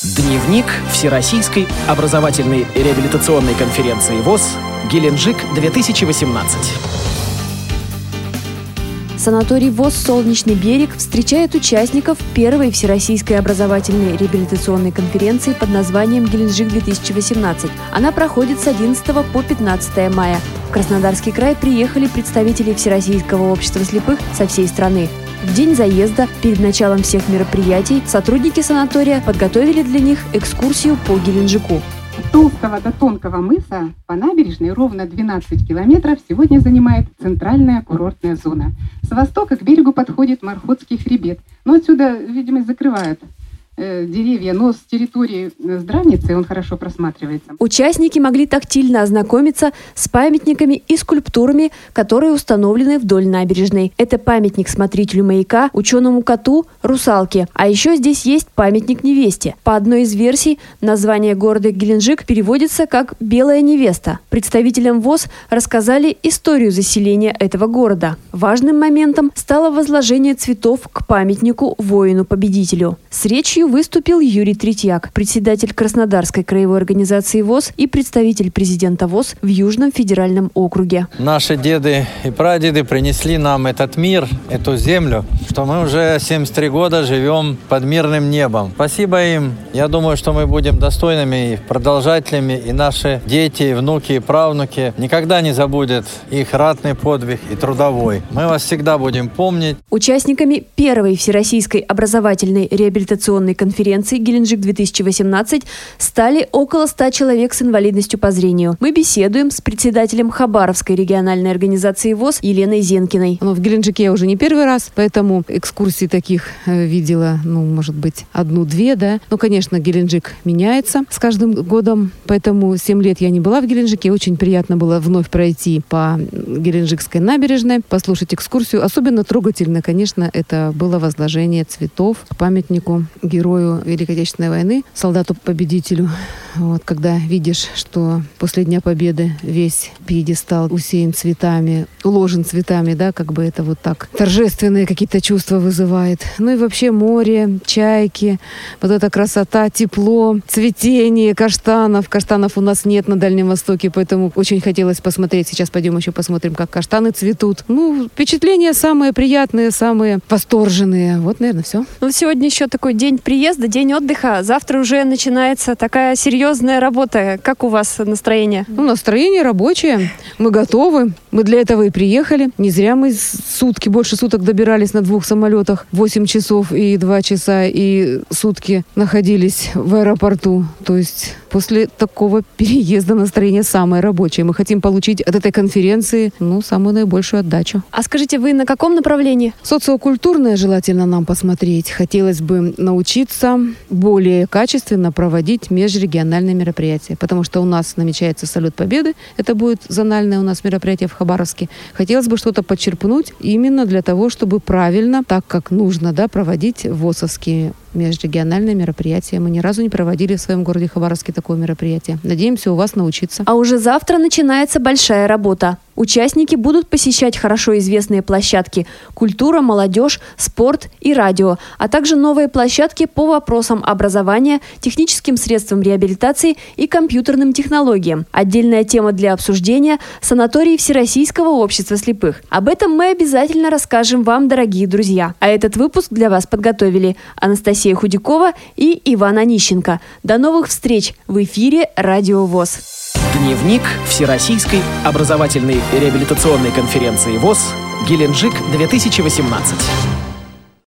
Дневник Всероссийской образовательной реабилитационной конференции ВОС «Геленджик-2018». Санаторий ВОС «Солнечный берег» встречает участников первой Всероссийской образовательной реабилитационной конференции под названием «Геленджик-2018». Она проходит с 11 по 15 мая. В Краснодарский край приехали представители Всероссийского общества слепых со всей страны. В день заезда, перед началом всех мероприятий, сотрудники санатория подготовили для них экскурсию по Геленджику. От Толстого до Тонкого мыса по набережной ровно 12 километров сегодня занимает центральная курортная зона. С востока к берегу подходит Мархотский хребет. Но отсюда видимость закрывают деревья, но с территории здравницы он хорошо просматривается. Участники могли тактильно ознакомиться с памятниками и скульптурами, которые установлены вдоль набережной. Это памятник смотрителю маяка, ученому коту, русалке. А еще здесь есть памятник невесте. По одной из версий, название города Геленджик переводится как «белая невеста». Представителям ВОС рассказали историю заселения этого города. Важным моментом стало возложение цветов к памятнику воину-победителю. С речью выступил Юрий Третьяк, председатель Краснодарской краевой организации ВОС и представитель президента ВОС в Южном федеральном округе. Наши деды и прадеды принесли нам этот мир, эту землю, что мы уже 73 года живем под мирным небом. Спасибо им. Я думаю, что мы будем достойными продолжателями, и наши дети, и внуки, и правнуки никогда не забудут их ратный подвиг и трудовой. Мы вас всегда будем помнить. Участниками первой Всероссийской образовательной реабилитационной конференции «Геленджик-2018» стали около 100 человек с инвалидностью по зрению. Мы беседуем с председателем Хабаровской региональной организации ВОС Еленой Зенкиной. В Геленджике я уже не первый раз, поэтому экскурсий таких видела, может быть, 1-2, да. Конечно, Геленджик меняется с каждым годом, поэтому 7 лет я не была в Геленджике. Очень приятно было вновь пройти по Геленджикской набережной, послушать экскурсию. Особенно трогательно, конечно, это было возложение цветов к памятнику герою Великой Отечественной войны, солдату-победителю. Когда видишь, что после Дня Победы весь пьедестал усеян цветами, уложен цветами, да, это так торжественные какие-то чувства вызывает. И вообще море, чайки, эта красота, тепло, цветение каштанов. Каштанов у нас нет на Дальнем Востоке, поэтому очень хотелось посмотреть. Сейчас пойдем еще посмотрим, как каштаны цветут. Впечатления самые приятные, самые восторженные. Наверное, все. Сегодня еще такой день приезда, день отдыха. Завтра уже начинается такая серьезная работа. Как у вас настроение? Настроение рабочее. Мы готовы. Мы для этого и приехали. Не зря мы больше суток добирались на 2 самолетах. 8 часов и 2 часа и сутки находились в аэропорту. То есть после такого переезда настроение самое рабочее. Мы хотим получить от этой конференции самую наибольшую отдачу. А скажите, вы на каком направлении? Социокультурное желательно нам посмотреть. Хотелось бы научиться более качественно проводить межрегиональные мероприятия, потому что у нас намечается Салют Победы. Это будет зональное у нас мероприятие в Хабаровске. Хотелось бы что-то подчерпнуть именно для того, чтобы правильно, так как нужно, проводить ВОСовские межрегиональные мероприятия. Мы ни разу не проводили в своем городе Хабаровске такое мероприятие. Надеемся у вас научиться. А уже завтра начинается большая работа. Участники будут посещать хорошо известные площадки «Культура», «Молодежь», «Спорт» и «Радио», а также новые площадки по вопросам образования, техническим средствам реабилитации и компьютерным технологиям. Отдельная тема для обсуждения – санаторий Всероссийского общества слепых. Об этом мы обязательно расскажем вам, дорогие друзья. А этот выпуск для вас подготовили Анастасия Худякова и Иван Онищенко. До новых встреч в эфире Радио ВОС. Дневник Всероссийской образовательной реабилитационной конференции ВОС «Геленджик-2018».